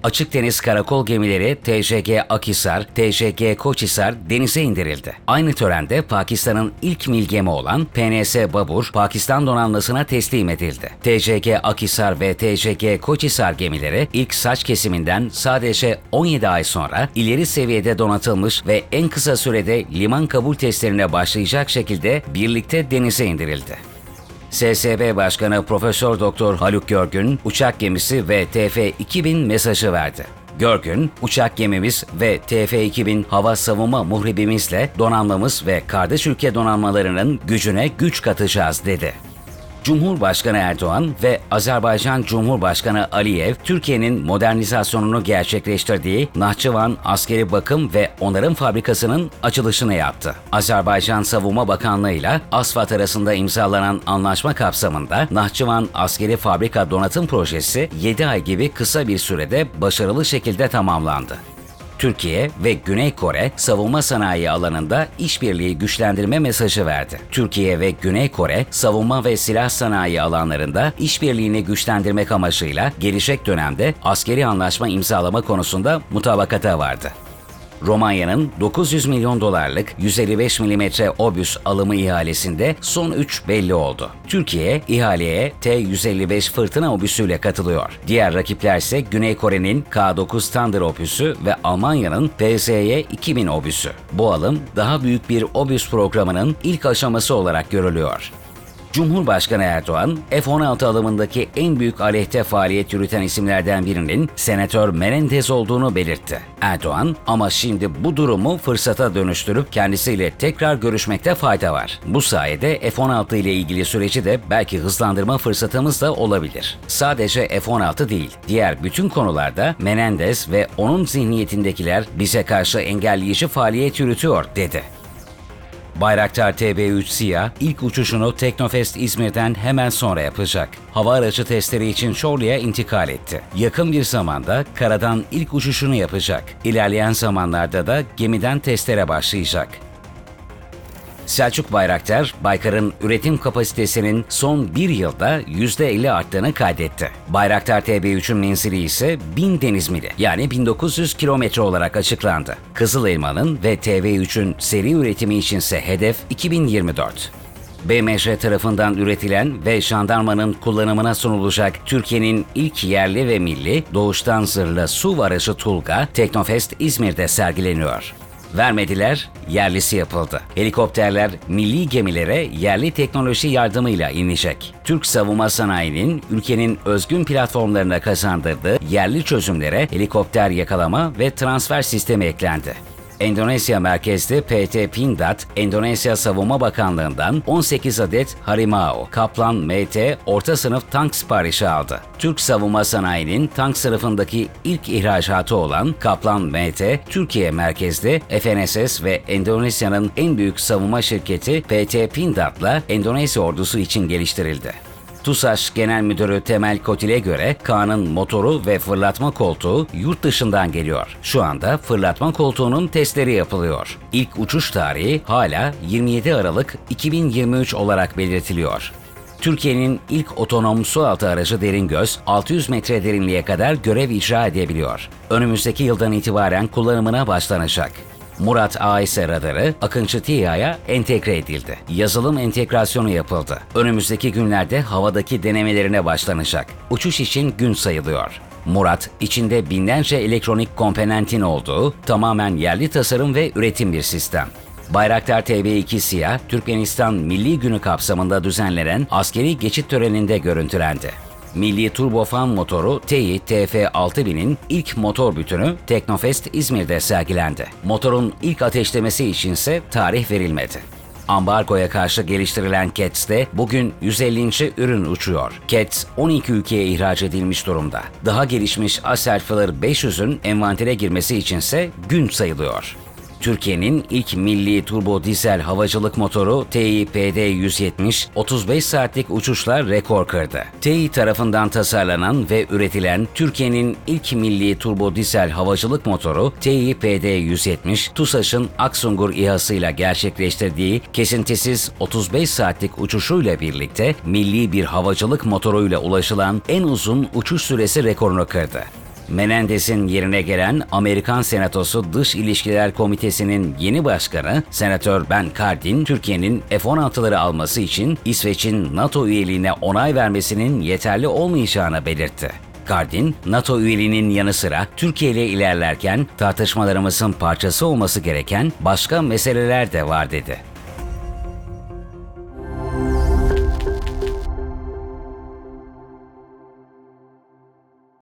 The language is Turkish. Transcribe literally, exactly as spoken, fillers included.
Açık deniz karakol gemileri T J G Akhisar, T J G Koçhisar denize indirildi. Aynı törende Pakistan'ın ilk mil gemi olan P N S Babur, Pakistan donanmasına teslim edildi. T J G Akhisar ve T J G Koçhisar gemileri ilk saç kesiminden sadece on yedi ay sonra ileri seviyede donatılmış ve en kısa sürede liman kabul testlerine başlayacak şekilde birlikte denize indirildi. S S B Başkanı Profesör Doktor Haluk Görgün, uçak gemisi ve T F iki bin mesajı verdi. Görgün, uçak gemimiz ve T F iki bin hava savunma muhribimizle donanmamız ve kardeş ülke donanmalarının gücüne güç katacağız dedi. Cumhurbaşkanı Erdoğan ve Azerbaycan Cumhurbaşkanı Aliyev, Türkiye'nin modernizasyonunu gerçekleştirdiği Nahçıvan Askeri Bakım ve Onarım Fabrikası'nın açılışını yaptı. Azerbaycan Savunma Bakanlığı ile ASFAD arasında imzalanan anlaşma kapsamında Nahçıvan Askeri Fabrika Donatım Projesi yedi ay gibi kısa bir sürede başarılı şekilde tamamlandı. Türkiye ve Güney Kore savunma sanayi alanında işbirliği güçlendirme mesajı verdi. Türkiye ve Güney Kore savunma ve silah sanayi alanlarında işbirliğini güçlendirmek amacıyla gelecek dönemde askeri anlaşma imzalama konusunda mutabakata vardı. Romanya'nın dokuz yüz milyon dolarlık yüz elli beş milimetre obüs alımı ihalesinde son üç belli oldu. Türkiye, ihaleye T yüz elli beş fırtına obüsüyle katılıyor. Diğer rakipler ise Güney Kore'nin K dokuz Thunder obüsü ve Almanya'nın P Z Y iki bin obüsü. Bu alım daha büyük bir obüs programının ilk aşaması olarak görülüyor. Cumhurbaşkanı Erdoğan, F on altı alımındaki en büyük aleyhte faaliyet yürüten isimlerden birinin Senatör Menendez olduğunu belirtti. Erdoğan, ama şimdi bu durumu fırsata dönüştürüp kendisiyle tekrar görüşmekte fayda var. Bu sayede F on altı ile ilgili süreci de belki hızlandırma fırsatımız da olabilir. Sadece F on altı değil, diğer bütün konularda Menendez ve onun zihniyetindekiler bize karşı engelleyici faaliyet yürütüyor, dedi. Bayraktar T B üç SİHA ilk uçuşunu Teknofest İzmir'den hemen sonra yapacak. Hava aracı testleri için Çorlu'ya intikal etti. Yakın bir zamanda karadan ilk uçuşunu yapacak. İlerleyen zamanlarda da gemiden testlere başlayacak. Selçuk Bayraktar, Baykar'ın üretim kapasitesinin son bir yılda yüzde elli arttığını kaydetti. Bayraktar T B üçün menzili ise bin deniz mili, yani bin dokuz yüz kilometre olarak açıklandı. Kızıl Elma'nın ve T B üçün seri üretimi içinse hedef iki bin yirmi dört. B M J tarafından üretilen ve jandarmanın kullanımına sunulacak Türkiye'nin ilk yerli ve milli doğuştan zırhlı SUV aracı Tulga, Teknofest İzmir'de sergileniyor. Vermediler, yerlisi yapıldı. Helikopterler milli gemilere yerli teknoloji yardımıyla inecek. Türk savunma sanayinin ülkenin özgün platformlarına kazandırdığı yerli çözümlere helikopter yakalama ve transfer sistemi eklendi. Endonezya merkezli P T Pindad, Endonezya Savunma Bakanlığı'ndan on sekiz adet Harimau, Kaplan M T orta sınıf tank siparişi aldı. Türk savunma sanayinin tank sınıfındaki ilk ihracatı olan Kaplan M T, Türkiye merkezli F N S S ve Endonezya'nın en büyük savunma şirketi P T Pindad'la Endonezya ordusu için geliştirildi. TUSAŞ Genel Müdürü Temel Kotil'e göre K'nın motoru ve fırlatma koltuğu yurt dışından geliyor. Şu anda fırlatma koltuğunun testleri yapılıyor. İlk uçuş tarihi hala yirmi yedi Aralık iki bin yirmi üç olarak belirtiliyor. Türkiye'nin ilk otonom sualtı aracı Deringöz, altı yüz metre derinliğe kadar görev icra edebiliyor. Önümüzdeki yıldan itibaren kullanımına başlanacak. Murat A S radarı Akıncı T İ A'ya entegre edildi. Yazılım entegrasyonu yapıldı. Önümüzdeki günlerde havadaki denemelerine başlanacak. Uçuş için gün sayılıyor. Murat, içinde binlerce elektronik komponentin olduğu tamamen yerli tasarım ve üretim bir sistem. Bayraktar T B iki SİHA, Türkmenistan Milli Günü kapsamında düzenlenen askeri geçit töreninde görüntülendi. Milli turbofan motoru T İ T F altı binin ilk motor bütünü Teknofest İzmir'de sergilendi. Motorun ilk ateşlemesi içinse tarih verilmedi. Ambargoya karşı geliştirilen C A T S'te bugün yüz ellinci ürün uçuyor. C A T S on iki ülkeye ihraç edilmiş durumda. Daha gelişmiş Aselfiller beş yüzün envantere girmesi içinse gün sayılıyor. Türkiye'nin ilk milli turbo dizel havacılık motoru T İ P D yüz yetmiş, otuz beş saatlik uçuşla rekor kırdı. T İ tarafından tasarlanan ve üretilen Türkiye'nin ilk milli turbo dizel havacılık motoru T İ P D yüz yetmiş, TUSAŞ'ın Aksungur İHA'sıyla gerçekleştirdiği kesintisiz otuz beş saatlik uçuşuyla birlikte milli bir havacılık motoruyla ulaşılan en uzun uçuş süresi rekorunu kırdı. Menendez'in yerine gelen Amerikan Senatosu Dış İlişkiler Komitesi'nin yeni başkanı Senatör Ben Cardin, Türkiye'nin F on altıları alması için İsveç'in NATO üyeliğine onay vermesinin yeterli olmayacağını belirtti. Cardin, NATO üyeliğinin yanı sıra Türkiye ile ilerlerken tartışmalarımızın parçası olması gereken başka meseleler de var dedi.